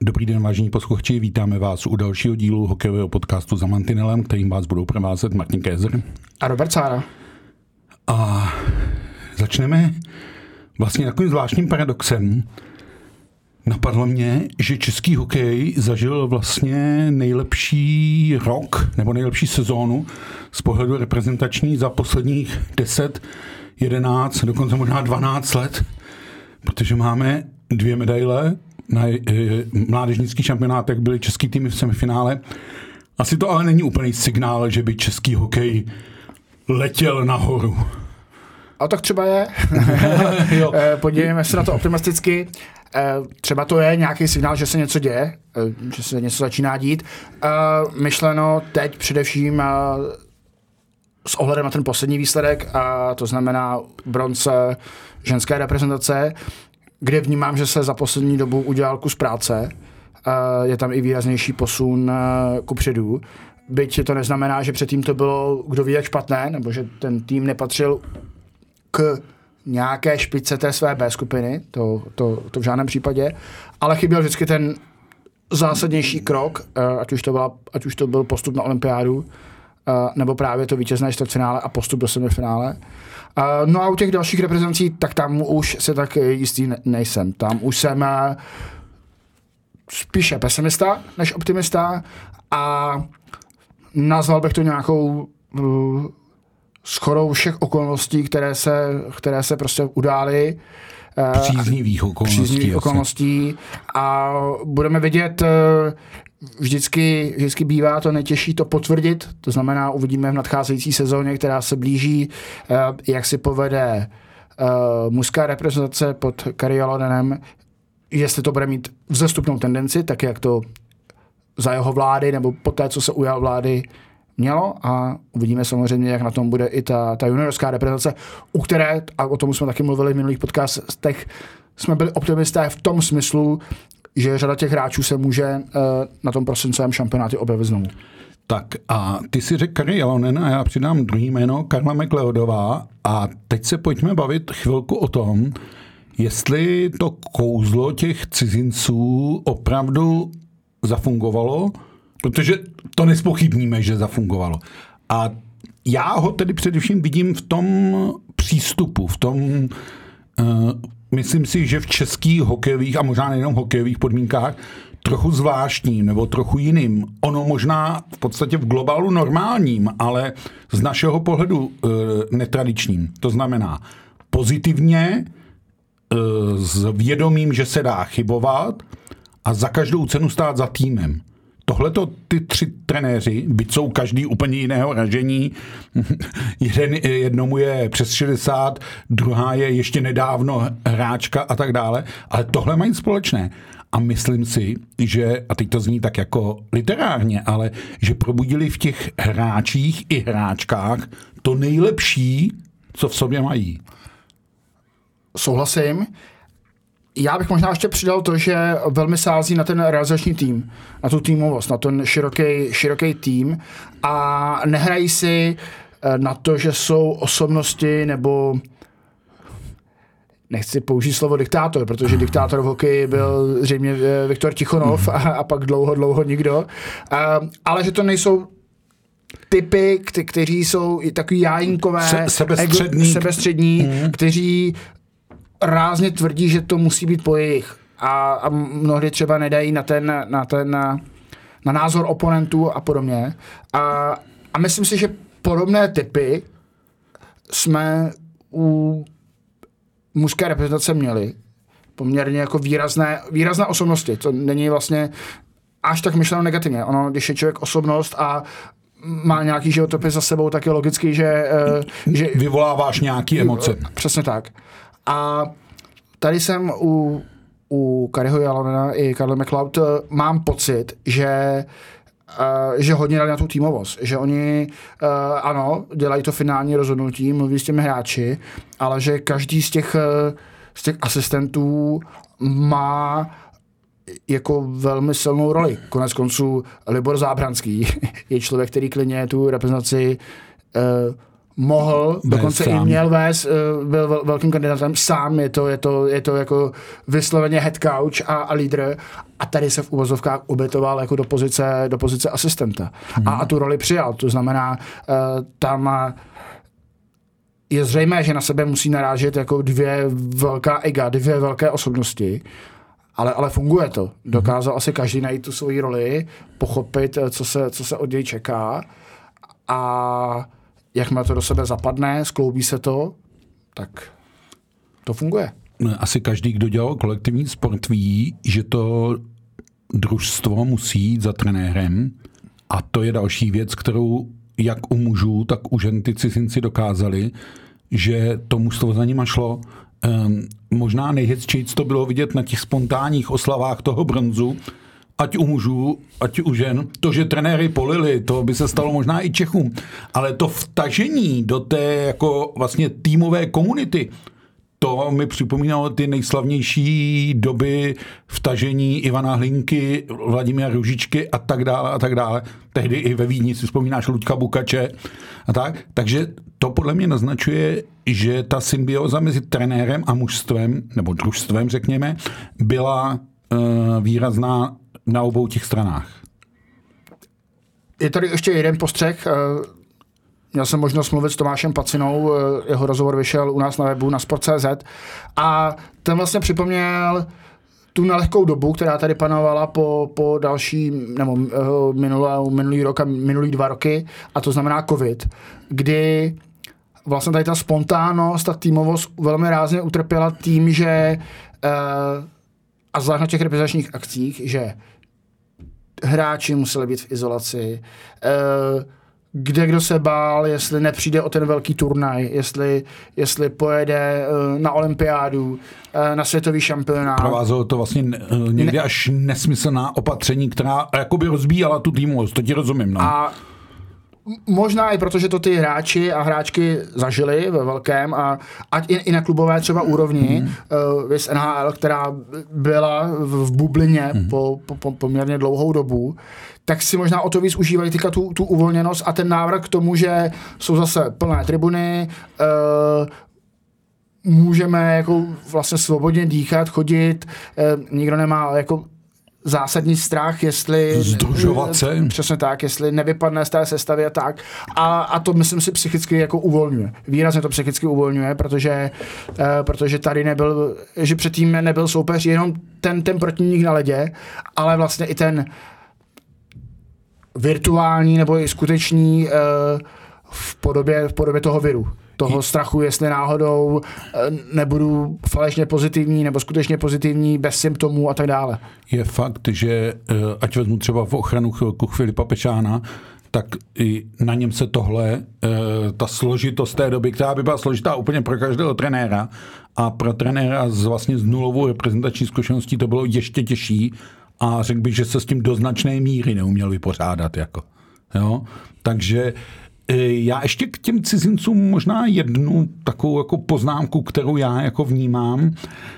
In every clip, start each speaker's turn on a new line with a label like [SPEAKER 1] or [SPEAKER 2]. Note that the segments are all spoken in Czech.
[SPEAKER 1] Dobrý den, vážení posluchači, vítáme vás u dalšího dílu hokejového podcastu Za mantinelem, kterým vás budou provázet Martin Kézer
[SPEAKER 2] a Robert Sára.
[SPEAKER 1] A začneme vlastně takovým zvláštním paradoxem. Napadlo mě, že český hokej zažil vlastně nejlepší rok nebo nejlepší sezónu z pohledu reprezentační za posledních 10, 11, dokonce možná 12 let, protože máme 2 medaile. Na mládežnických šampionátech byly český týmy v semifinále. Asi to ale není úplný signál, že by český hokej letěl nahoru.
[SPEAKER 2] A tak třeba je. Podívejme se na to optimisticky. Třeba to je nějaký signál, že se něco děje, že se něco začíná dít. Myšleno teď především s ohledem na ten poslední výsledek, a to znamená bronze ženské reprezentace, kde vnímám, že se za poslední dobu udělal kus práce. Je tam i výraznější posun kupředu. Byť to neznamená, že předtím to bylo kdo ví jak špatné, nebo že ten tým nepatřil k nějaké špičce té své B skupiny, to v žádném případě, ale chyběl vždycky ten zásadnější krok, ať už to byl postup na olympiádu, nebo právě to vítězné čtvrtfinále a postup do semifinále. No a u těch dalších reprezentací, tak tam už se tak jistý nejsem. Tam už jsem spíše pesimista než optimista a nazval bych to nějakou shodou všech okolností, které se prostě udály.
[SPEAKER 1] Příznivých
[SPEAKER 2] okolností. A budeme vidět, vždycky bývá to nejtěžší to potvrdit, to znamená uvidíme v nadcházející sezóně, která se blíží, jak si povede mužská reprezentace pod Kari Jalonenem, jestli to bude mít vzestupnou tendenci, tak jak to za jeho vlády nebo po té, co se ujal vlády, mělo, a uvidíme samozřejmě, jak na tom bude i ta juniorská reprezentace, u které, a o tom jsme taky mluvili v minulých podcastech, jsme byli optimisté v tom smyslu, že řada těch hráčů se může na tom prosincovém šampionátu objevit znovu.
[SPEAKER 1] Tak a ty si řekl Kari Jalonen a já přidám druhý jméno, Karla McLeodová, a teď se pojďme bavit chvilku o tom, jestli to kouzlo těch cizinců opravdu zafungovalo, protože to nespochybníme, že zafungovalo. A já ho tedy především vidím v tom přístupu, v tom, myslím si, že v českých hokejových a možná nejenom hokejových podmínkách trochu zvláštním nebo trochu jiným. Ono možná v podstatě v globálu normálním, ale z našeho pohledu netradičním. To znamená pozitivně, s vědomím, že se dá chybovat a za každou cenu stát za týmem. Tohleto ty 3 trenéři, byť jsou každý úplně jiného ražení, jednomu je přes 60, druhá je ještě nedávno hráčka a tak dále, ale tohle mají společné. A myslím si, že, a teď to zní tak jako literárně, ale že probudili v těch hráčích i hráčkách to nejlepší, co v sobě mají.
[SPEAKER 2] Souhlasím. Já bych možná ještě přidal to, že velmi sází na ten realizační tým, na tu týmovost, na ten široký tým a nehrají si na to, že jsou osobnosti nebo nechci použít slovo diktátor, protože diktátor v hokeji byl zřejmě Viktor Tichonov a pak dlouho nikdo, ale že to nejsou typy, kteří jsou takový jájínkové, sebestřední, kteří rázně tvrdí, že to musí být po jejich. A mnohdy třeba nedají na názor oponentů a podobně. A myslím si, že podobné typy jsme u mužské reprezentace měli. Poměrně jako výrazné osobnosti. To není vlastně až tak myšleno negativně. Ono, když je člověk osobnost a má nějaký životopis za sebou, tak je logický, že
[SPEAKER 1] vyvoláváš nějaké emoce.
[SPEAKER 2] Přesně tak. A tady jsem u Kariho Jalonena i Karla McLeod mám pocit, že hodně dali na tu týmovost. Že oni, dělají to finální rozhodnutí, mluví s těmi hráči, ale že každý z těch asistentů má jako velmi silnou roli. Konec konců Libor Zábranský je člověk, který klidně tu reprezentaci mohl, dokonce i měl vést, byl velkým kandidátem sám, je to jako vysloveně head coach a lídr a tady se v uvozovkách obětoval jako do pozice asistenta a tu roli přijal, to znamená tam je zřejmé, že na sebe musí narážet jako dvě velká ega, dvě velké osobnosti, ale funguje to. Dokázal asi každý najít tu svoji roli, pochopit, co se od něj čeká a jakmile to do sebe zapadne, skloubí se to, tak to funguje.
[SPEAKER 1] Asi každý, kdo dělal kolektivní sport, ví, že to družstvo musí jít za trenérem a to je další věc, kterou jak u mužů, tak u žen ty cizinci dokázali, že to mužstvo za nima šlo. Možná nejhezčíc to bylo vidět na těch spontánních oslavách toho bronzu, ať u mužů, ať u žen. To, že trenéry polili, to by se stalo možná i Čechům. Ale to vtažení do té jako vlastně týmové komunity, to mi připomínalo ty nejslavnější doby vtažení Ivana Hlinky, Vladimíra Růžičky a tak dále a tak dále. Tehdy i ve Vídni si vzpomínáš Luďka Bukače a tak. Takže to podle mě naznačuje, že ta symbioza mezi trenérem a mužstvem, nebo družstvem řekněme, byla výrazná na obou těch stranách.
[SPEAKER 2] Je tady ještě jeden postřeh. Měl jsem možnost mluvit s Tomášem Pacinou, jeho rozhovor vyšel u nás na webu na Sport.cz a ten vlastně připomněl tu nelehkou dobu, která tady panovala po další, nebo minulý rok a minulý 2 roky, a to znamená covid, kdy vlastně tady ta spontánnost, ta týmovost velmi rázně utrpěla tím, že a zvlášť na těch reprezentačních akcích, že hráči museli být v izolaci, kde kdo se bál, jestli nepřijde o ten velký turnaj, jestli pojede na olympiádu, na světový šampionát.
[SPEAKER 1] Provázelo to vlastně někdy až nesmyslná opatření, která jakoby rozbíjela tu týmovost, to ti rozumím. No.
[SPEAKER 2] A možná i protože to ty hráči a hráčky zažili ve velkém a ať i na klubové třeba úrovni, viz NHL, která byla v bublině po poměrně dlouhou dobu, tak si možná o to víc užívají teďka tu uvolněnost a ten návrat k tomu, že jsou zase plné tribuny, můžeme jako vlastně svobodně dýchat, chodit, nikdo nemá jako zásadní strach, jestli
[SPEAKER 1] združovat se.
[SPEAKER 2] Přesně tak, jestli nevypadne z té sestavy a tak. A to myslím si psychicky jako uvolňuje. Výrazně to psychicky uvolňuje, protože tady nebyl, že předtím nebyl soupeř jenom ten protivník na ledě, ale vlastně i ten virtuální nebo i skutečný v podobě toho viru. Toho strachu, jestli náhodou nebudu falešně pozitivní nebo skutečně pozitivní, bez symptomů a tak dále.
[SPEAKER 1] Je fakt, že ať vezmu třeba v ochranu chvilku Filipa Pešána, tak i na něm se tohle, ta složitost té doby, která by byla složitá úplně pro každého trenéra a pro trenéra vlastně s nulovou reprezentační zkušeností to bylo ještě těžší a řekl bych, že se s tím do značné míry neuměl vypořádat. Jako. Jo? Takže já ještě k těm cizincům možná jednu takovou jako poznámku, kterou já jako vnímám.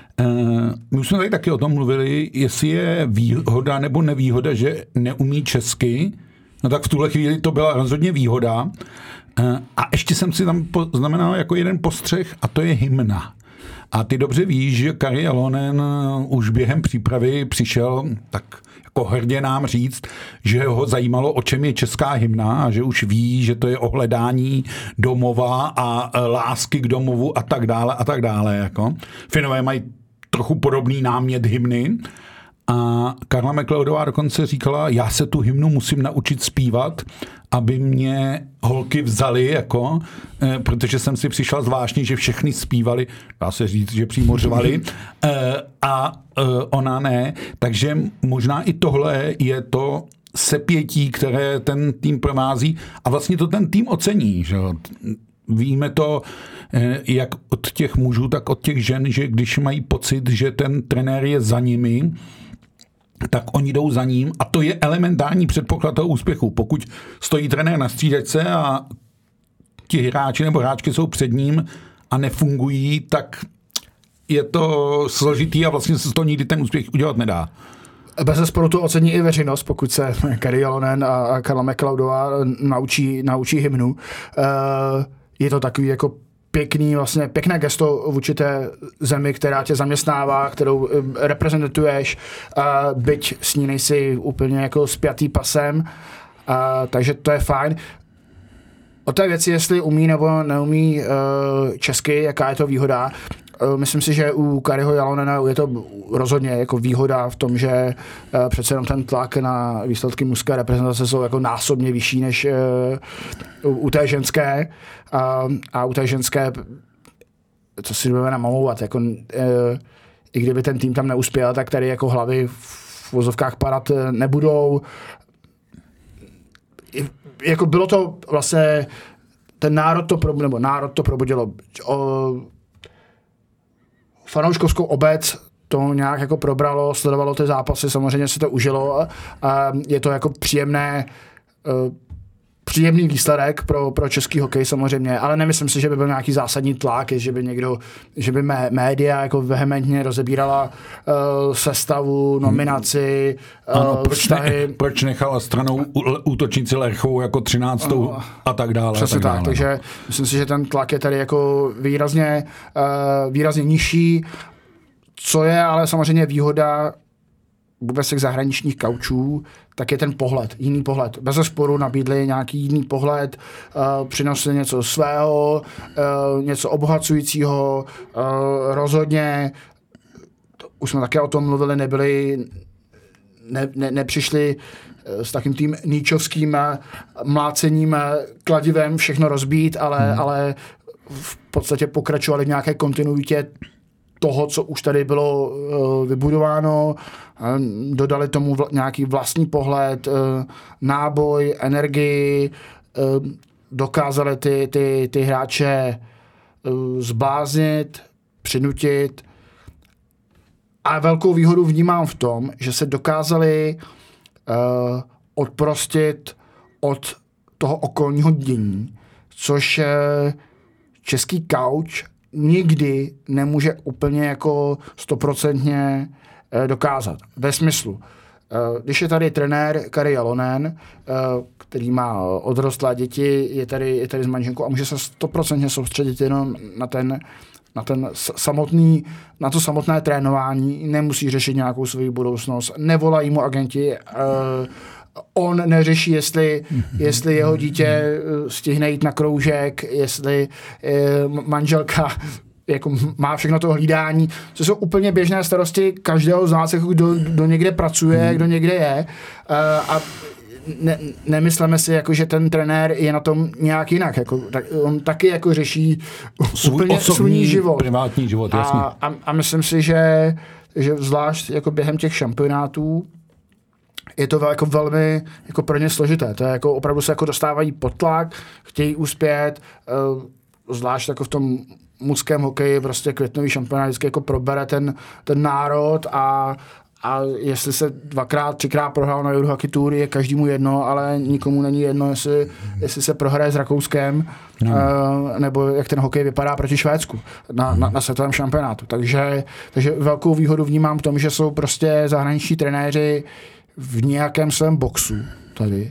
[SPEAKER 1] My už jsme tady taky o tom mluvili, jestli je výhoda nebo nevýhoda, že neumí česky. No tak v tuhle chvíli to byla rozhodně výhoda. A ještě jsem si tam znamenal jako jeden postřeh a to je hymna. A ty dobře víš, že Kari Jalonen už během přípravy přišel tak jako hrdě nám říct, že ho zajímalo, o čem je česká hymna a že už ví, že to je o hledání domova a lásky k domovu a tak dále a tak dále. Jako. Finové mají trochu podobný námět hymny a Karla McLeodová dokonce říkala, já se tu hymnu musím naučit zpívat, aby mě holky vzali, jako, protože jsem si přišla zvláštní, že všechny zpívali, dá se říct, že přímo řvali, a ona ne. Takže možná i tohle je to sepětí, které ten tým provází a vlastně to ten tým ocení. Že? Víme to jak od těch mužů, tak od těch žen, že když mají pocit, že ten trenér je za nimi, tak oni jdou za ním a to je elementární předpoklad toho úspěchu. Pokud stojí trenér na střídačce a ti hráči nebo hráčky jsou před ním a nefungují, tak je to složitý a vlastně se z toho nikdy ten úspěch udělat nedá.
[SPEAKER 2] Bezesporu to ocení i veřejnost, pokud se Kari Jalonen a Karla McLeodová naučí hymnu. je to takový jako pěkné gesto vůči té zemi, která tě zaměstnává, kterou reprezentuješ, byť s ní nejsi úplně jako spjatý pasem, takže to je fajn. O té věci, jestli umí nebo neumí česky, jaká je to výhoda, myslím si, že u Kariho Jalonena je to rozhodně jako výhoda v tom, že přece jenom ten tlak na výsledky mužské reprezentace jsou jako násobně vyšší než u té ženské. A u té ženské, co si budeme namlouvat, jako, i kdyby ten tým tam neuspěl, tak tady jako hlavy v vozovkách padat nebudou. Jako bylo to vlastně, ten národ to probudilo. Fanouškovskou obec to nějak jako probralo, sledovalo ty zápasy, samozřejmě se to užilo a je to jako příjemný výsledek pro český hokej samozřejmě, ale nemyslím si, že by byl nějaký zásadní tlak, že by média jako vehementně rozebírala sestavu, nominaci,
[SPEAKER 1] ano, proč nechala stranou útočníci Lerchovou jako 13. a tak dále.
[SPEAKER 2] Přesně tak, takže myslím si, že ten tlak je tady jako výrazně nižší, co je ale samozřejmě výhoda vůbec těch zahraničních kaučů, tak je ten pohled, jiný pohled. Bezesporu nabídli nějaký jiný pohled, přinesli něco svého, něco obohacujícího, rozhodně, už jsme také o tom mluvili, nepřišli s takým tím níčovským mlácením kladivem všechno rozbít, ale v podstatě pokračovali v nějaké kontinuitě toho, co už tady bylo vybudováno, dodali tomu nějaký vlastní pohled, náboj, energii, dokázali ty hráče zbláznit, přinutit. A velkou výhodu vnímám v tom, že se dokázali odprostit od toho okolního dění, což český kauč nikdy nemůže úplně jako 100% dokázat. Ve smyslu, když je tady trenér Kari Jalonen, který má odrostlé děti, je tady s manželkou a může se 100% soustředit jenom na to samotné trénování, nemusí řešit nějakou svou budoucnost, nevolají mu agenti, on neřeší, jestli jeho dítě stihne jít na kroužek, jestli manželka jako má všechno to hlídání, co jsou úplně běžné starosti každého z nás, jako kdo někde pracuje, kdo někde je. A nemyslíme si, jako, že ten trenér je na tom nějak jinak. Jako, on taky jako řeší úplně svůj život.
[SPEAKER 1] Privátní život, jasně.
[SPEAKER 2] A myslím si, že zvlášť jako během těch šampionátů je to jako velmi jako pro ně složité. To je jako opravdu se jako dostávají pod tlak, chtějí uspět, zvlášť jako v tom mužském hokeji prostě květnový šampionát vždycky jako probere ten národ a jestli se 2x, 3x prohrál na Eurohockey Tour, je každému jedno, ale nikomu není jedno, jestli se prohraje s Rakouskem, nebo jak ten hokej vypadá proti Švédsku na světovém šampionátu. Takže velkou výhodu vnímám v tom, že jsou prostě zahraniční trenéři v nějakém svém boxu tady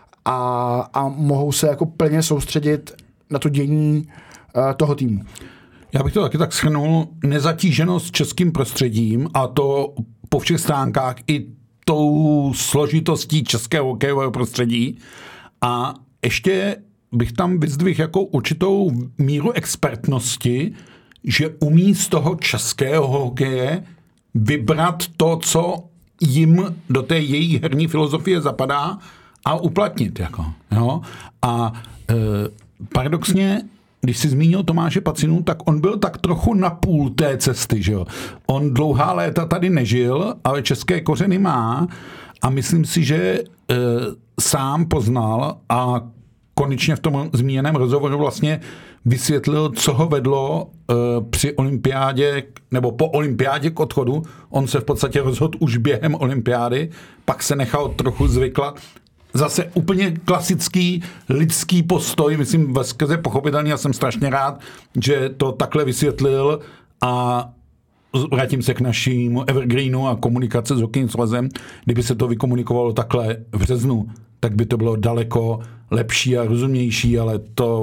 [SPEAKER 2] a mohou se jako plně soustředit na to dění toho týmu.
[SPEAKER 1] Já bych to taky tak shrnul, nezatíženost českým prostředím a to po všech stránkách i tou složitostí českého hokejového prostředí a ještě bych tam vyzdvihl jako určitou míru expertnosti, že umí z toho českého hokeje vybrat to, co jim do té její herní filozofie zapadá a uplatnit. Jako, jo? A paradoxně, když jsi zmínil Tomáše Pacinu, tak on byl tak trochu na půl té cesty. Že jo? On dlouhá léta tady nežil, ale české kořeny má a myslím si, že sám poznal a konečně v tom zmíněném rozhovoru vlastně vysvětlil, co ho vedlo při olympiádě, nebo po olympiádě k odchodu. On se v podstatě rozhodl už během olympiády, pak se nechal trochu zvyklat. Zase úplně klasický lidský postoj, myslím veskrze pochopitelný, já jsem strašně rád, že to takhle vysvětlil a vrátím se k našemu Evergreenu a komunikace s hokejovým svazem. Kdyby se to vykomunikovalo takhle v březnu, tak by to bylo daleko lepší a rozumnější, ale to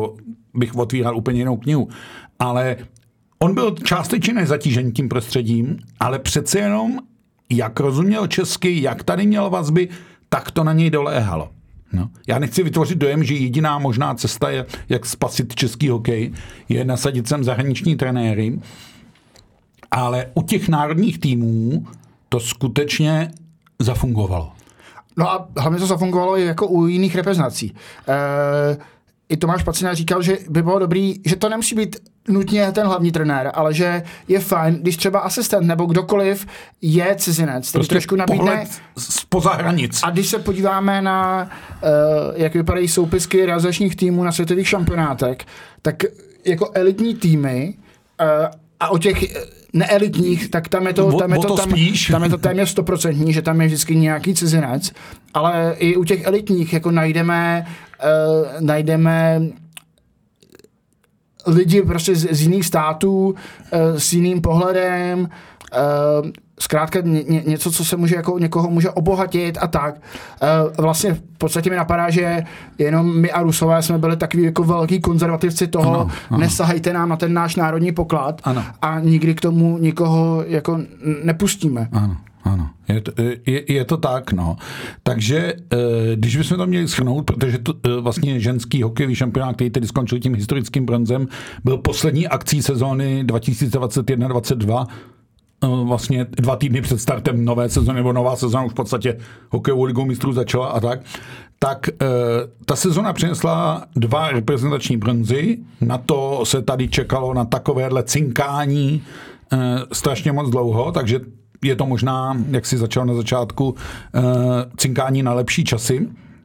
[SPEAKER 1] bych otvíral úplně jinou knihu. Ale on byl částečně nezatížený tím prostředím, ale přece jenom, jak rozuměl česky, jak tady měl vazby, tak to na něj doléhalo. No. Já nechci vytvořit dojem, že jediná možná cesta, jak spasit český hokej, je nasadit sem zahraniční trenéry, ale u těch národních týmů to skutečně zafungovalo.
[SPEAKER 2] No a hlavně to zafungovalo i jako u jiných reprezentací. I Tomáš Pacina říkal, že by bylo dobrý, že to nemusí být nutně ten hlavní trenér, ale že je fajn, když třeba asistent nebo kdokoliv je cizinec, který trošku nabídne
[SPEAKER 1] spoza hranic.
[SPEAKER 2] A když se podíváme na, jak vypadají soupisky realizačních týmů na světových šampionátech, tak jako elitní týmy a o těch neelitních, tak tam je to téměř 100%, že tam je vždycky nějaký cizinec, ale i u těch elitních jako najdeme lidi prostě z jiných států, s jiným pohledem, zkrátka něco, co se může jako někoho může obohatit a tak. Vlastně v podstatě mi napadá, že jenom my a Rusové jsme byli takový jako velký konzervativci toho, ano. Nesahajte nám na ten náš národní poklad a nikdy k tomu nikoho jako nepustíme.
[SPEAKER 1] Ano, je to tak, no. Takže, když bychom to měli shrnout, protože to vlastně ženský hokejový šampionát, který tedy skončil tím historickým bronzem, byl poslední akcí sezóny 2021-22, vlastně 2 týdny před startem nové sezóny, nebo nová sezóna už v podstatě hokejovou ligou mistrů začala a tak ta sezona přinesla 2 reprezentační bronzy, na to se tady čekalo na takovéhle cinkání strašně moc dlouho, takže je to možná, jak si začal na začátku, cinkání na lepší časy,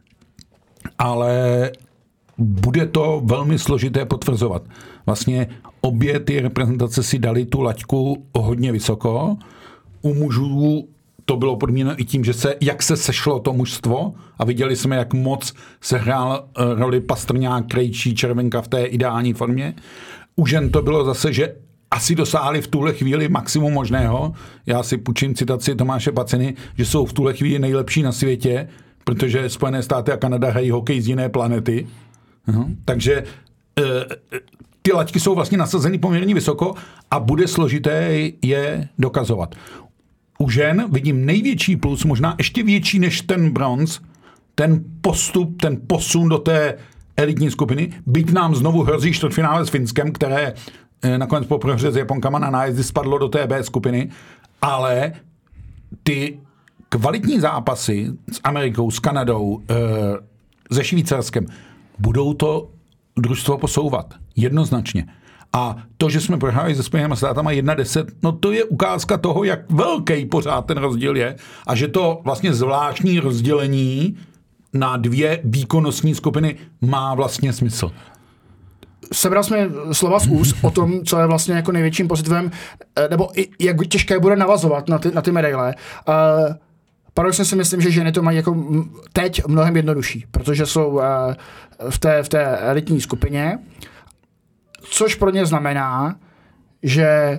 [SPEAKER 1] ale bude to velmi složité potvrzovat. Vlastně obě ty reprezentace si dali tu laťku hodně vysoko. U mužů to bylo podmíněno i tím, že jak se sešlo to mužstvo a viděli jsme, jak moc se hrál roli Pastrňák, Krejčí, Červenka v té ideální formě. U žen to bylo zase, že asi dosáhli v tuhle chvíli maximum možného. Já si půjčím citaci Tomáše Paciny, že jsou v tuhle chvíli nejlepší na světě, protože Spojené státy a Kanada hrají hokej z jiné planety. Takže ty laťky jsou vlastně nasazeny poměrně vysoko a bude složité je dokazovat. U žen vidím největší plus, možná ještě větší než ten bronz, ten postup, ten posun do té elitní skupiny, byť nám znovu hrozí čtvrtfinále s Finskem, které nakonec po prohře s Japonkama na nájezdy spadlo do té B skupiny, ale ty kvalitní zápasy s Amerikou, s Kanadou, se Švýcarskem, budou to družstvo posouvat. Jednoznačně. A to, že jsme prohráli se Spojenými státama 1-10, no to je ukázka toho, jak velký pořád ten rozdíl je a že to vlastně zvláštní rozdělení na 2 výkonnostní skupiny má vlastně smysl.
[SPEAKER 2] Sebral jsme slova z úst o tom, co je vlastně jako největším pozitivem, nebo jak těžké bude navazovat na ty medaile. Paradoxně si myslím, že ženy to mají jako teď mnohem jednodušší, protože jsou v té elitní skupině, což pro ně znamená, že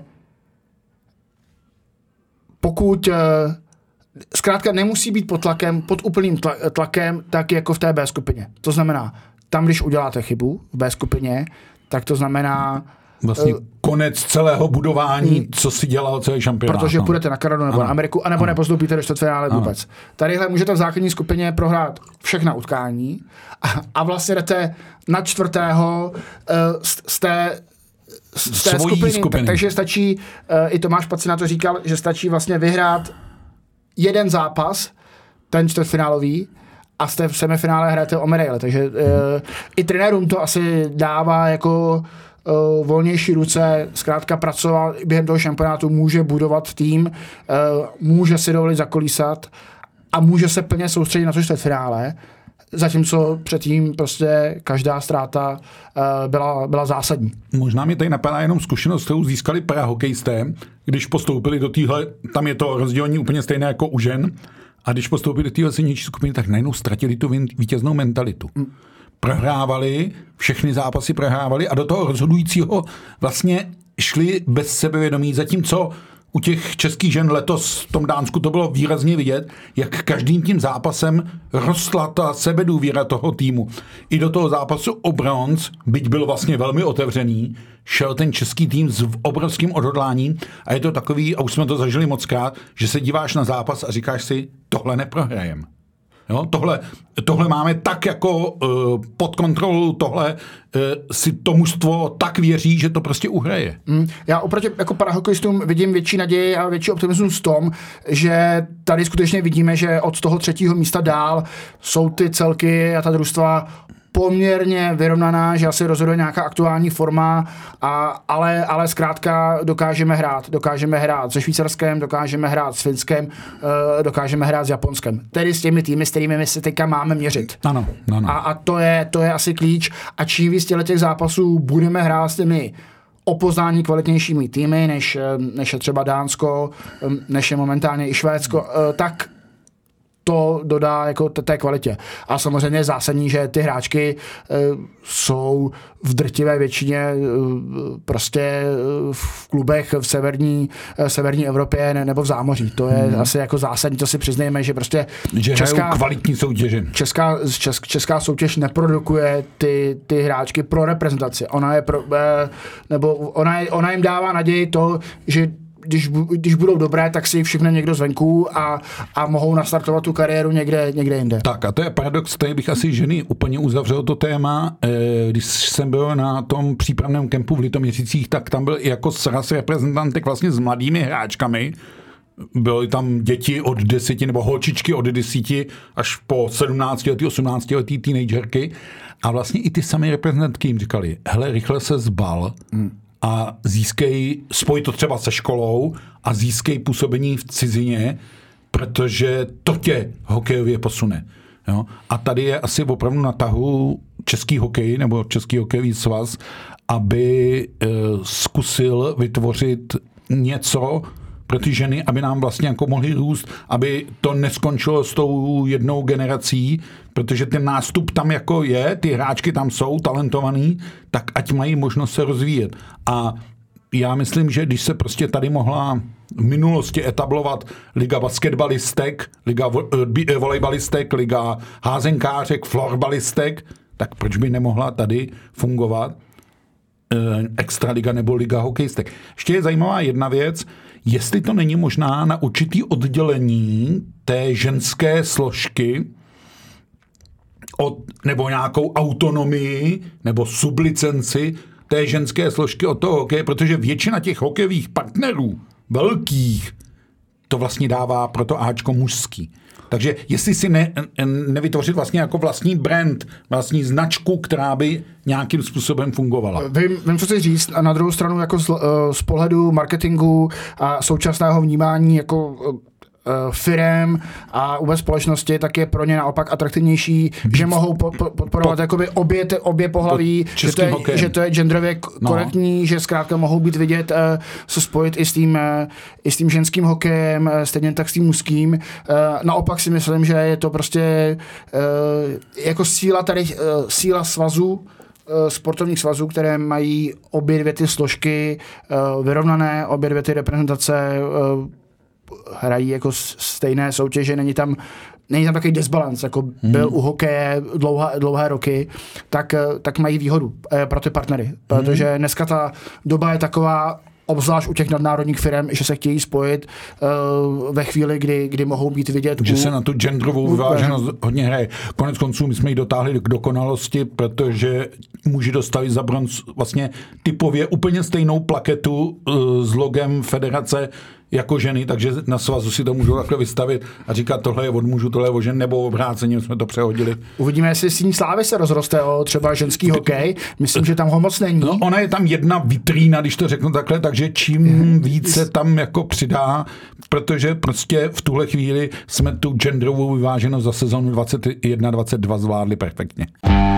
[SPEAKER 2] pokud zkrátka nemusí být pod úplným tlakem, tak jako v té B skupině. To znamená, tam, když uděláte chybu v B skupině, tak to znamená
[SPEAKER 1] vlastně konec celého budování, co si dělal celý šampionát.
[SPEAKER 2] Protože půjdete na Kanadu nebo na Ameriku, anebo nepostoupíte do čtvrtfinále vůbec. Tadyhle můžete v základní skupině prohrát všechna utkání a vlastně jdete na 4. z té skupiny. Takže stačí, i Tomáš Pacina to říkal, že stačí vlastně vyhrát jeden zápas, ten čtvrtfinálový, a jste v semifinále hrajete o medaile. Takže i trenérům to asi dává jako volnější ruce, zkrátka pracovat během toho šampionátu, může budovat tým, může si dovolit zakolísat a může se plně soustředit na to čtvrtfinále, zatímco předtím prostě každá ztráta byla zásadní.
[SPEAKER 1] Možná mi tady napadá jenom zkušenost, kterou získali parahokejisté, když postoupili do téhle, tam je to rozdělení úplně stejné jako u žen, a když postoupili do téhle silnější skupiny, tak najednou ztratili tu vítěznou mentalitu. Prohrávali, všechny zápasy prohrávali a do toho rozhodujícího vlastně šli bez sebevědomí, zatímco u těch českých žen letos v tom Dánsku to bylo výrazně vidět, jak každým tím zápasem rostla ta sebedůvěra toho týmu. I do toho zápasu o bronz, byť byl vlastně velmi otevřený, šel ten český tým s obrovským odhodláním a je to takový, a už jsme to zažili mockrát, že se díváš na zápas a říkáš si, tohle neprohrajem. Jo, tohle máme tak jako pod kontrolou, tohle si to mužstvo tak věří, že to prostě uhraje.
[SPEAKER 2] Já oproti jako parahokejistům vidím větší naději a větší optimismus v tom, že tady skutečně vidíme, že od toho 3. místa dál jsou ty celky a ta družstva poměrně vyrovnaná, že asi rozhoduje nějaká aktuální forma, ale zkrátka dokážeme hrát se Švýcarskem, dokážeme hrát s Finskem, dokážeme hrát s Japonskem. Tedy s těmi týmy, s kterými my se teďka máme měřit.
[SPEAKER 1] Ano.
[SPEAKER 2] A to je asi klíč. A čím víc těch zápasů budeme hrát s těmi opoznání kvalitnějšími týmy, než je třeba Dánsko, než je momentálně i Švédsko, tak to dodá jako té kvalitě. A samozřejmě je zásadní, že ty hráčky jsou v drtivé většině prostě v klubech v severní Evropě nebo v zámoří. To je asi jako zásadní, to si přiznejme, že prostě
[SPEAKER 1] česká kvalitní soutěže.
[SPEAKER 2] Česká soutěž neprodukuje ty hráčky pro reprezentaci. Ona jim dává naději to, že když budou dobré, tak si všechno někdo zvenku a mohou nastartovat tu kariéru někde jinde.
[SPEAKER 1] Tak a to je paradox, tady bych asi ženy úplně uzavřel to téma. Když jsem byl na tom přípravném kempu v Litoměřicích, tak tam byl i jako sraz reprezentantek vlastně s mladými hráčkami. Byly tam děti od 10 nebo holčičky od 10 až po 17 letý, 18 letý teenagerky a vlastně i ty samé reprezentantky jim říkali, hele, rychle se zbal, a spoj to třeba se školou a získej působení v cizině, protože to tě hokejově posune. Jo? A tady je asi opravdu na tahu český hokej nebo Český hokejový svaz, aby zkusil vytvořit něco pro ty ženy, aby nám vlastně jako mohly růst, aby to neskončilo s tou jednou generací, protože ten nástup tam jako je, ty hráčky tam jsou talentovaný, tak ať mají možnost se rozvíjet. A já myslím, že když se prostě tady mohla v minulosti etablovat liga basketbalistek, liga volejbalistek, liga házenkářek, florbalistek, tak proč by nemohla tady fungovat extraliga nebo liga hokejistek. Ještě je zajímavá jedna věc, jestli to není možná na určitý oddělení té ženské složky nebo nějakou autonomii nebo sublicenci té ženské složky od toho hokeje, protože většina těch hokejových partnerů velkých to vlastně dává pro to áčko mužský. Takže jestli si nevytvořit vlastně jako vlastní brand, vlastní značku, která by nějakým způsobem fungovala.
[SPEAKER 2] Vím, co chci říct. A na druhou stranu jako z pohledu marketingu a současného vnímání jako firem a vůbec společnosti, tak je pro ně naopak atraktivnější, že mohou podporovat jakoby obě pohlaví, že to je genderově korektní, že zkrátka mohou být vidět, se spojit i s tím ženským hokejem, stejně tak s tím mužským. Naopak si myslím, že je to prostě jako síla svazů, sportovních svazů, které mají obě dvě ty složky vyrovnané, obě dvě ty reprezentace hrají jako stejné soutěže, není tam takový disbalans, jako byl u hokeje dlouhé roky, tak mají výhodu pro ty partnery, protože dneska ta doba je taková, obzvlášť u těch nadnárodních firm, že se chtějí spojit ve chvíli, kdy mohou být vidět.
[SPEAKER 1] Že se na tu genderovou vyváženost hodně hraje. Konec konců my jsme ji dotáhli k dokonalosti, protože muži dostali za bronz vlastně typově úplně stejnou plaketu s logem federace jako ženy, takže na svazu si to můžou takhle vystavit a říkat, tohle je od mužů, tohle je od žen, nebo obráceně jsme to přehodili.
[SPEAKER 2] Uvidíme, jestli Síň Slávy se rozroste o třeba ženský hokej. Myslím, že tam ho moc není.
[SPEAKER 1] No, ona je tam jedna vitrína, když to řeknu takhle, takže čím více tam jako přidá, protože prostě v tuhle chvíli jsme tu genderovou vyváženost za sezonu 21-22 zvládli perfektně.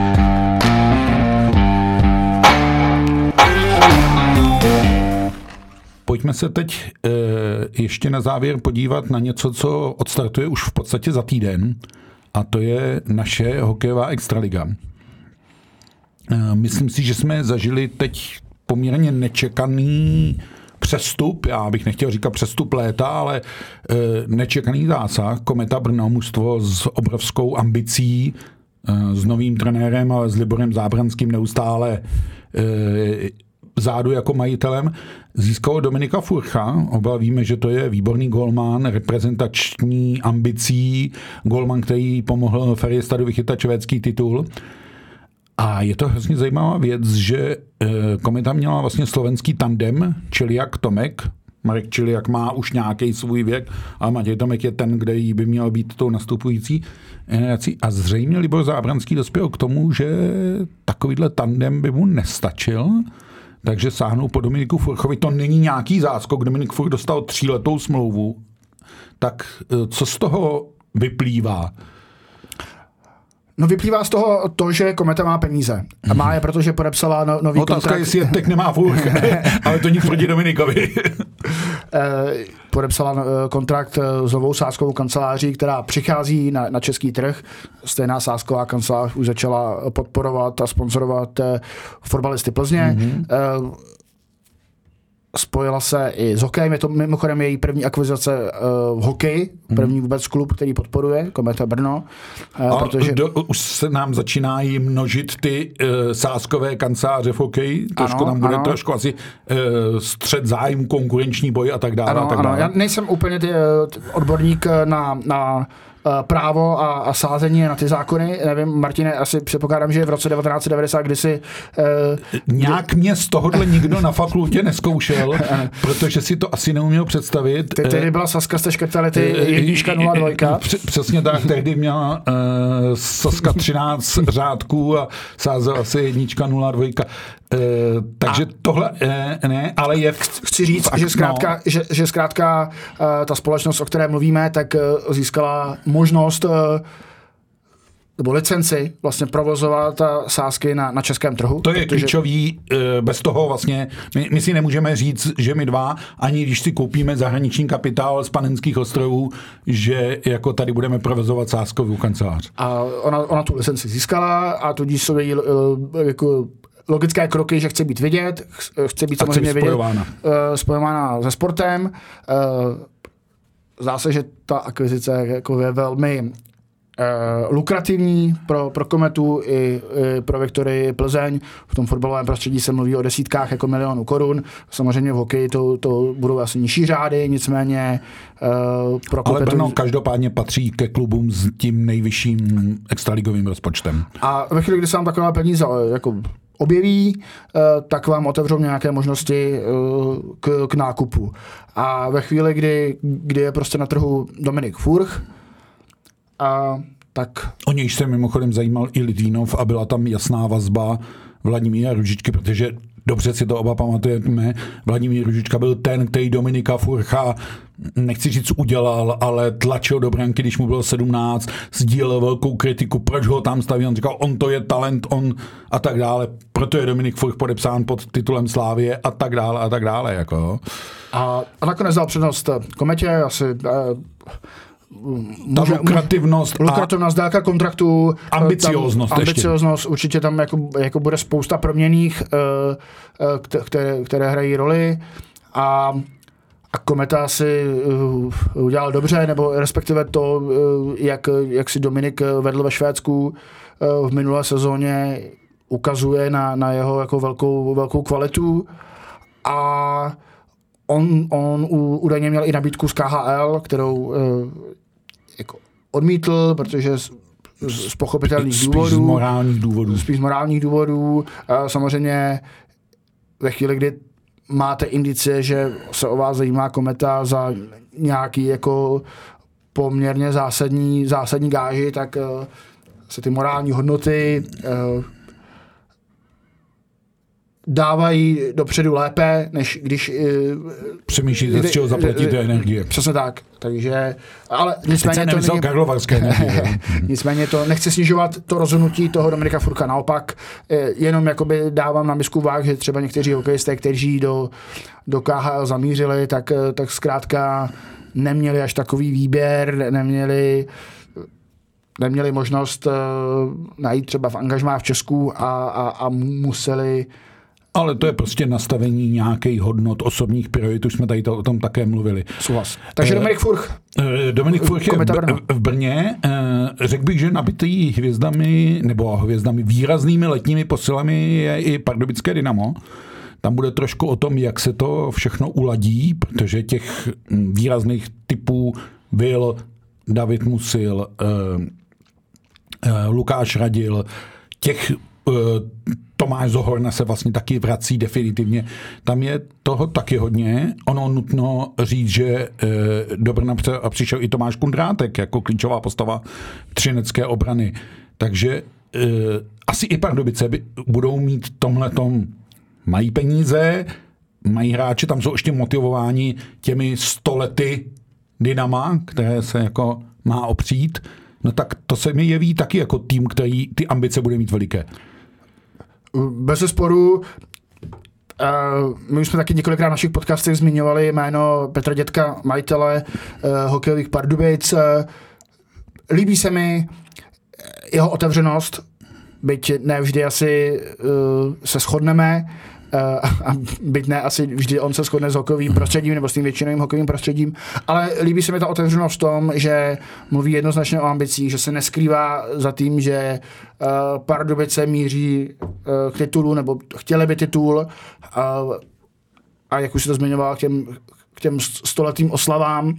[SPEAKER 1] Pojďme se teď ještě na závěr podívat na něco, co odstartuje už v podstatě za týden, a to je naše hokejová extraliga. Myslím si, že jsme zažili teď poměrně nečekaný přestup, já bych nechtěl říkat přestup léta, ale nečekaný zásah. Kometa Brno, mužstvo s obrovskou ambicí, s novým trenérem, ale s Liborem Zábranským neustále zádu jako majitelem, získalo Dominika Furcha. Oba víme, že to je výborný golman, reprezentační ambicí, golman, který pomohl Färjestadu vychytat švédský titul. A je to hrozně zajímavá věc, že Kometa měla vlastně slovenský tandem Čiliak Tomek. Marek Čiliak má už nějaký svůj věk, a Matěj Tomek je ten, kde by měl být tou nastupující generací. A zřejmě Libor Zábranský dospěl k tomu, že takovýhle tandem by mu nestačil, takže sáhnou po Dominiku Furchovi. To není nějaký záskok, Dominik Furch dostal 3letou smlouvu. Tak co z toho vyplývá?
[SPEAKER 2] No vyplývá z toho to, že Kometa má peníze. A má je, protože podepsala nový kontrakt.
[SPEAKER 1] Otázka, jestli je teď nemá Furch, ale to nic proti Dominikovi.
[SPEAKER 2] Podepsala kontrakt s novou sázkovou kanceláří, která přichází na český trh. Stejná sázková kancelář už začala podporovat a sponzorovat fotbalisty Plzně. Spojila se i s hokejem, je to mimochodem její první akvizice v hokeji, první vůbec klub, který podporuje, Kometa Brno.
[SPEAKER 1] Protože už se nám začínají množit ty sázkové kanceláře v hokeji, trošku tam bude trošku asi střet zájmu, konkurenční boj a tak dále.
[SPEAKER 2] Ano. Já nejsem úplně odborník na právo a sázení na ty zákony. Nevím, Martine, asi předpokládám, že v roce 1990 kdysi...
[SPEAKER 1] Nějak mě z tohohle nikdo na fakultě neskoušel, protože si to asi neuměl představit.
[SPEAKER 2] Tehdy byla Saska, jste škrtali ty 1.02.
[SPEAKER 1] Přesně tak, tehdy měla Saska 13 řádků a sázela se 1.02. Takže tohle ne, ale je...
[SPEAKER 2] Chci říct, že zkrátka ta společnost, o které mluvíme, tak získala možnost nebo licenci vlastně provozovat sázky na českém trhu.
[SPEAKER 1] To je klíčový, bez toho vlastně, my si nemůžeme říct, že my dva, ani když si koupíme zahraniční kapitál z Panenských ostrovů, že jako tady budeme provozovat sázkovou kancelář. A
[SPEAKER 2] ona tu licenci získala a tudíž jsou její jako logické kroky, že chce být vidět, chce být samozřejmě spojována se sportem. Zdá se, že ta akvizice jako je velmi lukrativní pro Kometu i pro Viktorii Plzeň. V tom fotbalovém prostředí se mluví o desítkách jako milionů korun. Samozřejmě v hokeji to budou asi nižší řády, nicméně pro Kometu...
[SPEAKER 1] Ale Brno každopádně patří ke klubům s tím nejvyšším extraligovým rozpočtem. A
[SPEAKER 2] ve chvíli, kdy se vám taková peníze jako objeví, tak vám otevřou nějaké možnosti k nákupu. A ve chvíli, kdy je prostě na trhu Dominik Furch, tak...
[SPEAKER 1] O nějž se mimochodem zajímal i Litvinov a byla tam jasná vazba Vladimíra Růžičky, protože dobře si to oba pamatujeme, Vladimír Růžička byl ten, který Dominika Furcha, nechci říct udělal, ale tlačil do branky, když mu bylo 17, sdílel velkou kritiku, proč ho tam staví, on říkal, on to je talent, on a tak dále, proto je Dominik Furch podepsán pod titulem Slávie a tak dále. Jako.
[SPEAKER 2] A nakonec dal přednost Kometě, asi...
[SPEAKER 1] lukrativnost
[SPEAKER 2] délka kontraktu,
[SPEAKER 1] ambicioznost
[SPEAKER 2] určitě tam jako bude spousta proměnných, které hrají roli a Kometa si udělal dobře, nebo respektive to, jak si Dominik vedl ve Švédsku v minulé sezóně, ukazuje na jeho jako velkou kvalitu a on údajně měl i nabídku z KHL, kterou jako odmítl, protože z pochopitelných důvodů. Spíš z morálních důvodů. Samozřejmě ve chvíli, kdy máte indicie, že se o vás zajímá Kometa za nějaký jako poměrně zásadní gáži, tak se ty morální hodnoty dávají dopředu lépe, než když...
[SPEAKER 1] Přemýšlíte, z čeho zaplatíte energie.
[SPEAKER 2] Přesně tak. Takže, ale nicméně
[SPEAKER 1] to není... karlovarské energie.
[SPEAKER 2] Nicméně to nechci snižovat to rozhodnutí toho Dominika Furcha. Naopak, jenom jakoby dávám na misku váh, že třeba někteří hokejisté, kteří do KHL zamířili, tak zkrátka neměli až takový výběr, neměli možnost najít třeba v angažmá v Česku a museli
[SPEAKER 1] ale to je prostě nastavení nějakých hodnot, osobních priorit, už jsme tady o tom také mluvili.
[SPEAKER 2] Souhlas. Takže Dominik Furch.
[SPEAKER 1] Dominik Furch je v Brně. Řekl bych, že nabitý hvězdami, nebo hvězdami výraznými letními posilami je i pardubické Dynamo. Tam bude trošku o tom, jak se to všechno uladí, protože těch výrazných typů Will, David Musil, Lukáš Radil, těch Tomáš Zohorna se vlastně taky vrací definitivně. Tam je toho taky hodně. Ono nutno říct, že do Brna přišel i Tomáš Kundrátek jako klíčová postava třinecké obrany. Takže asi i Pardubice budou mít tomhletom, mají peníze, mají hráče, tam jsou ještě motivováni těmi 100 lety Dynama, které se jako má opřít. No tak to se mi jeví taky jako tým, který ty ambice bude mít veliké.
[SPEAKER 2] Bezesporu, my už jsme taky několikrát v našich podcastech zmiňovali jméno Petra Dětka, majitele hokejových Pardubic. Líbí se mi jeho otevřenost, byť ne vždy asi se shodneme, a byť ne asi vždy on se shodne s hokejovým prostředím nebo s tím většinovým hokejovým prostředím, ale líbí se mi ta otevřenost v tom, že mluví jednoznačně o ambicích, že se neskrývá za tím, že Pardubice míří k titulu nebo chtěli by titul a jak už se to zmiňoval k těm 100letým oslavám.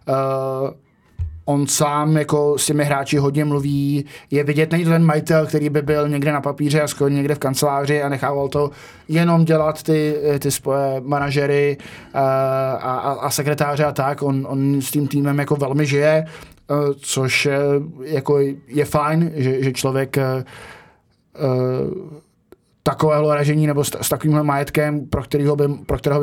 [SPEAKER 2] On sám jako s těmi hráči hodně mluví, je vidět, není to ten majitel, který by byl někde na papíře a skoro někde v kanceláři a nechával to jenom dělat ty svoje manažery a sekretáře a tak. On s tím týmem jako velmi žije, což jako je fajn, že člověk takovéhle ražení nebo s takovýmhle majetkem, pro kterého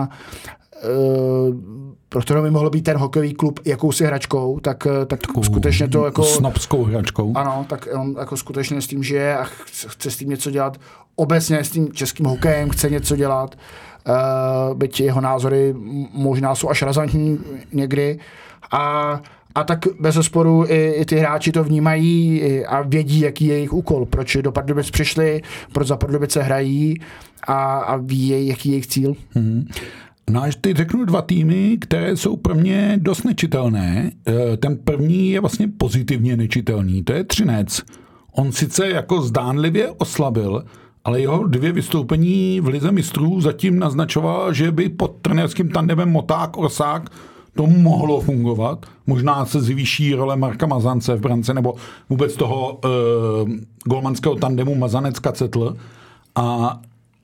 [SPEAKER 2] by mohlo být ten hokejový klub jakousi hračkou, tak skutečně to jako...
[SPEAKER 1] Snobskou hračkou.
[SPEAKER 2] Ano, tak on jako skutečně s tím žije a chce s tím něco dělat. Obecně s tím českým hokejem chce něco dělat. Byť jeho názory možná jsou až razantní někdy. A tak bezesporu i ty hráči to vnímají a vědí, jaký je jejich úkol, proč do Pardubic přišli, proč za Pardubice hrají a ví, jaký je jejich cíl.
[SPEAKER 1] No až teď řeknu 2 týmy, které jsou pro mě dost nečitelné. Ten první je vlastně pozitivně nečitelný, to je Třinec. On sice jako zdánlivě oslabil, ale jeho 2 vystoupení v Lize mistrů zatím naznačoval, že by pod trenérským tandemem Moták-Orsák to mohlo fungovat. Možná se zvýší role Marka Mazance v brance nebo vůbec toho golmanského tandemu Mazanec-Kacetl. A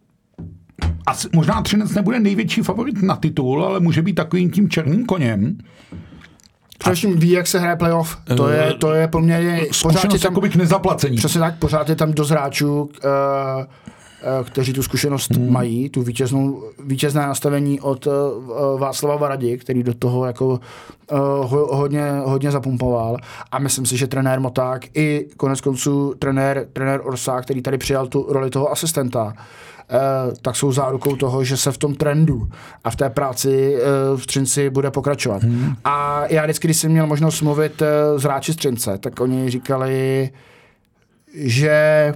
[SPEAKER 1] možná Třinec nebude největší favorit na titul, ale může být takovým tím černým koněm.
[SPEAKER 2] Především ví, jak se hraje playoff. To je pro mě...
[SPEAKER 1] Pořád je tam k nezaplacení.
[SPEAKER 2] Přesně tak, pořád je tam dost hráčů, kteří tu zkušenost mají, tu vítězné nastavení od Václava Varadi, který do toho jako hodně zapumpoval. A myslím si, že trenér Moták i konec konců trenér Orsák, který tady přijal tu roli toho asistenta, tak jsou zárukou toho, že se v tom trendu a v té práci v Třinci bude pokračovat. A já vždycky, když jsem měl možnost mluvit s hráči z Třince, tak oni říkali, že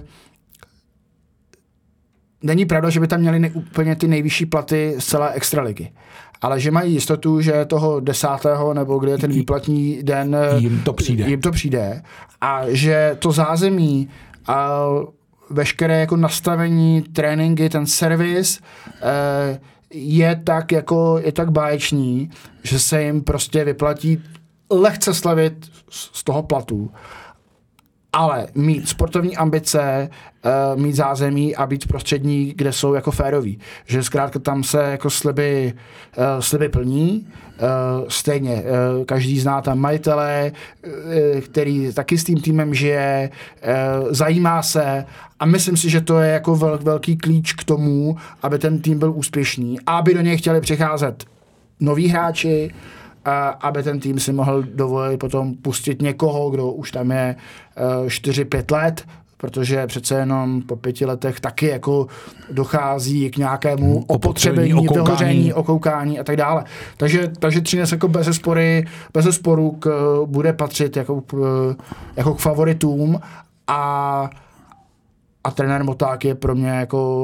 [SPEAKER 2] není pravda, že by tam měli úplně ty nejvyšší platy z celé extraligy. Ale že mají jistotu, že toho 10. nebo kdy je ten výplatní den jim to přijde a že to zázemí a veškeré jako nastavení, tréninky, ten servis je tak báječný, že se jim prostě vyplatí lehce slevit z toho platu. Ale mít sportovní ambice, mít zázemí a být prostřední, kde jsou jako féroví. Že zkrátka tam se jako sliby plní. Stejně každý zná tam majitele, který taky s tím týmem žije, zajímá se a myslím si, že to je jako velký klíč k tomu, aby ten tým byl úspěšný a aby do něj chtěli přicházet noví hráči, aby ten tým si mohl dovolit potom pustit někoho, kdo už tam je 4-5 let, protože přece jenom po 5 letech taky jako dochází k nějakému opotřebení, vyhoření, okoukání a tak dále. Takže Třinec jako bez sporu bude patřit jako k favoritům a trenér Moták je pro mě jako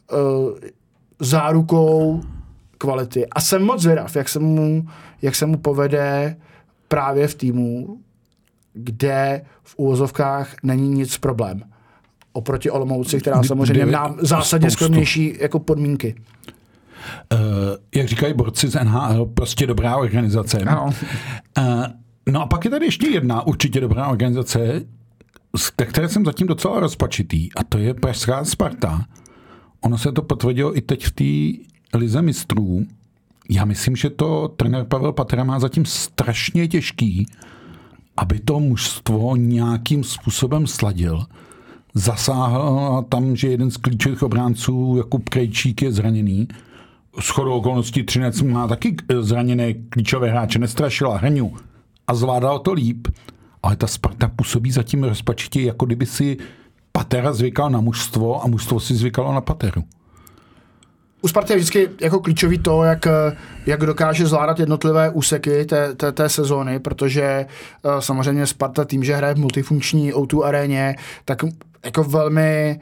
[SPEAKER 2] zárukou kvality. A jsem moc zvědav, jak se mu povede právě v týmu, kde v úvozovkách není nic problém. Oproti Olomouci, která samozřejmě má zásadně skromnější jako podmínky.
[SPEAKER 1] Jak říkají borci z NHL, prostě dobrá organizace.
[SPEAKER 2] Ano.
[SPEAKER 1] No a pak je tady ještě jedna určitě dobrá organizace, které jsem zatím docela rozpačitý, a to je pražská Sparta. Ono se to potvrdilo i teď v té lize mistrů. Já myslím, že to trenér Pavel Patera má zatím strašně těžký, aby to mužstvo nějakým způsobem sladil. Zasáhl tam, že jeden z klíčových obránců, Jakub Krejčík, je zraněný. Shodou okolností Třinec má taky zraněné klíčové hráče, Nestrašila, Hreňu a zvládal to líp. Ale ta Sparta působí zatím rozpačitě, jako kdyby si Patera zvykal na mužstvo a mužstvo si zvykalo na Pateru.
[SPEAKER 2] U Sparty je vždycky jako klíčový to, jak dokáže zvládat jednotlivé úseky té sezóny, protože samozřejmě Sparta tím, že hraje v multifunkční O2 aréně, tak jako velmi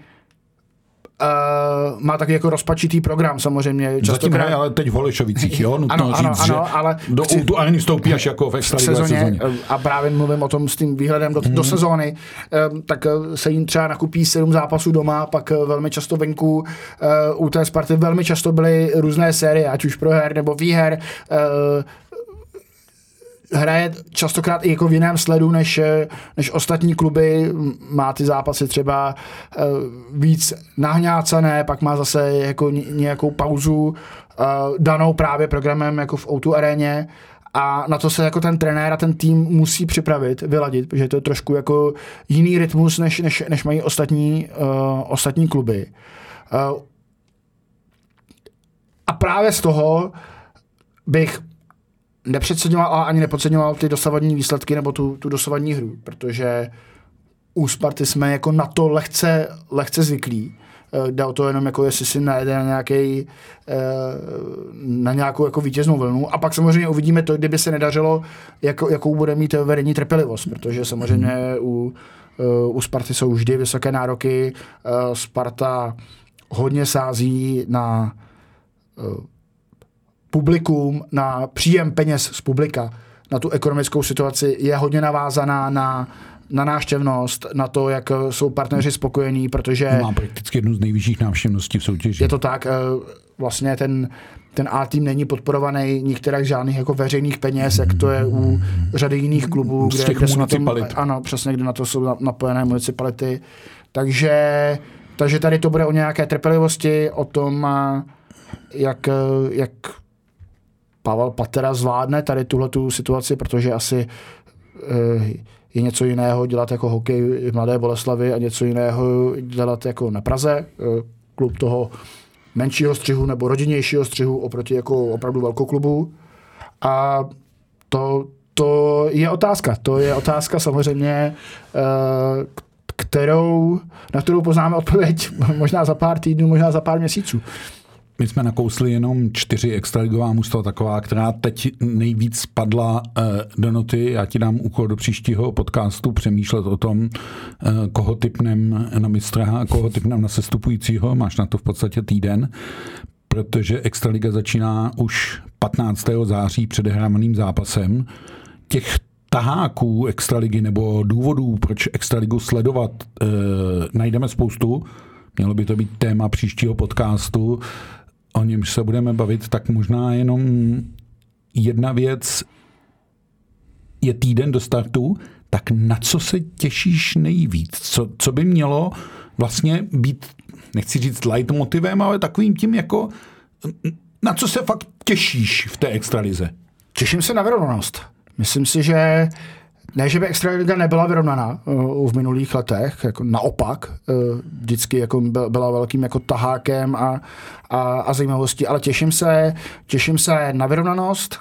[SPEAKER 2] má taky jako rozpačitý program samozřejmě.
[SPEAKER 1] Zatím hraje ale teď v Holešovicích, jo? Nutno říct, že
[SPEAKER 2] ale
[SPEAKER 1] do O2 arény stoupí až jako v extraligové sezóně.
[SPEAKER 2] A právě mluvím o tom s tím výhledem do sezóny, tak se jim třeba nakupí 7 zápasů doma, pak velmi často venku. U té Sparty velmi často byly různé série, ať už proher nebo výher. Hraje častokrát i jako v jiném sledu než ostatní kluby, má ty zápasy třeba víc nahňácané, pak má zase jako nějakou pauzu danou právě programem jako v O2 aréně a na to se jako ten trenér a ten tým musí připravit, vyladit, protože to je trošku jako jiný rytmus, než mají ostatní kluby. A právě z toho bych nepředceňoval, ale ani nepodceňoval ty dosavadní výsledky nebo tu dosavadní hru, protože u Sparty jsme jako na to lehce zvyklí. Jde o to jenom, jako jestli si najde na nějakou jako vítěznou vlnu. A pak samozřejmě uvidíme to, kdyby se nedařilo, jakou bude mít vedení trpělivost, protože samozřejmě u Sparty jsou vždy vysoké nároky. Sparta hodně sází na publikum, na příjem peněz z publika, na tu ekonomickou situaci, je hodně navázaná na návštěvnost, na to, jak jsou partneři spokojení, protože
[SPEAKER 1] má prakticky jednu z nejvyšších návštěvností v soutěži.
[SPEAKER 2] Je to tak, vlastně ten A-tým není podporovaný některých žádných jako veřejných peněz, jak to je u řady jiných klubů,
[SPEAKER 1] kde jsou
[SPEAKER 2] ano, přesně, kde na to jsou napojené municipality. Takže tady to bude o nějaké trpělivosti, o tom, jak Pavel Patera zvládne tady tuhletu situaci, protože asi je něco jiného dělat jako hokej v Mladé Boleslavi a něco jiného dělat jako na Praze, klub toho menšího střihu nebo rodinnějšího střihu oproti jako opravdu velkoklubu. A to je otázka. To je otázka samozřejmě, na kterou poznáme odpověď možná za pár týdnů, možná za pár měsíců.
[SPEAKER 1] My jsme nakousli jenom 4 extraligová mužstva, taková, která teď nejvíc spadla do noty. Já ti dám úkol do příštího podcastu přemýšlet o tom, koho tipnem na mistra a koho tipnem na sestupujícího. Máš na to v podstatě týden, protože extraliga začíná už 15. září předehrávaným zápasem. Těch taháků extraligy nebo důvodů, proč extraligu sledovat, najdeme spoustu. Mělo by to být téma příštího podcastu, o němž se budeme bavit, tak možná jenom jedna věc je týden do startu, tak na co se těšíš nejvíc? Co by mělo vlastně být, nechci říct leitmotivem, ale takovým tím jako, na co se fakt těšíš v té extralize?
[SPEAKER 2] Těším se na vyrovnanost. Myslím si, že ne, že by extraliga nebyla vyrovnaná v minulých letech, jako naopak, vždycky jako byla velkým jako tahákem a zajímavostí, ale těším se na vyrovnanost,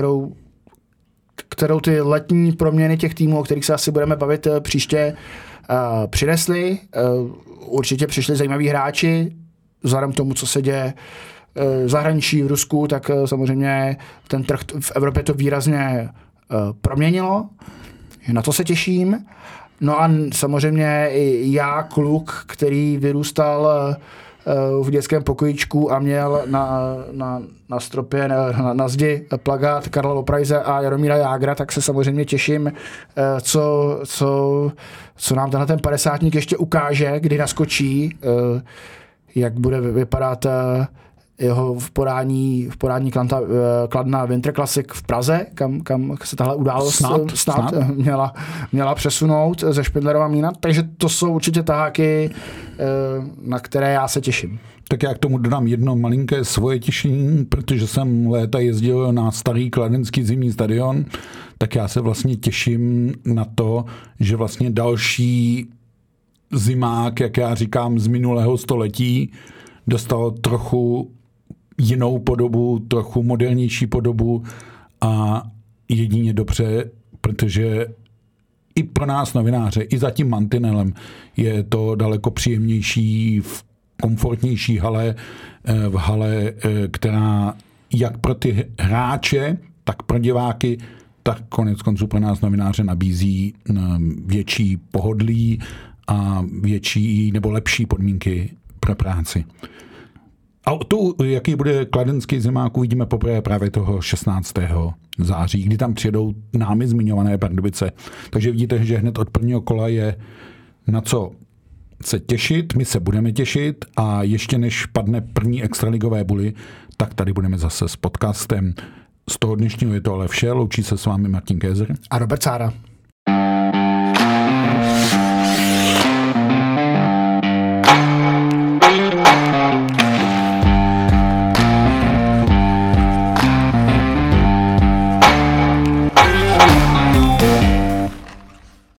[SPEAKER 2] kterou ty letní proměny těch týmů, o kterých se asi budeme bavit příště, přinesly. Určitě přišli zajímaví hráči, vzhledem k tomu, co se děje v zahraničí, v Rusku, tak samozřejmě ten trh v Evropě to výrazně proměnilo. Na to se těším. No a samozřejmě i já, kluk, který vyrůstal v dětském pokojíčku a měl na stropě, na zdi plakát Karla Loprajze a Jaromíra Jágra, tak se samozřejmě těším, co nám tenhle ten 50 ještě ukáže, kdy naskočí, jak bude vypadat jeho v podání Kladna Winter Classic v Praze, kam se tahle událost snad měla přesunout ze Špindlerova mlýna. Takže to jsou určitě taháky, na které já se těším.
[SPEAKER 1] Tak já k tomu dodám jedno malinké svoje těšení, protože jsem léta jezdil na starý kladenský zimní stadion, tak já se vlastně těším na to, že vlastně další zimák, jak já říkám, z minulého století, dostal trochu jinou podobu, trochu modernější podobu a jedině dobře, protože i pro nás novináře, i za tím mantinelem je to daleko příjemnější, komfortnější hale, v hale, která jak pro ty hráče, tak pro diváky, tak konec konců pro nás novináře nabízí větší pohodlí a větší nebo lepší podmínky pro práci. A tu, jaký bude kladenský zimák, uvidíme poprvé právě toho 16. září, kdy tam přijedou námi zmiňované Pardubice. Takže vidíte, že hned od prvního kola je na co se těšit, my se budeme těšit a ještě než padne první extraligové buly, tak tady budeme zase s podcastem. Z toho dnešního je to ale vše, loučí se s vámi Martin Kézer
[SPEAKER 2] a Robert Sára.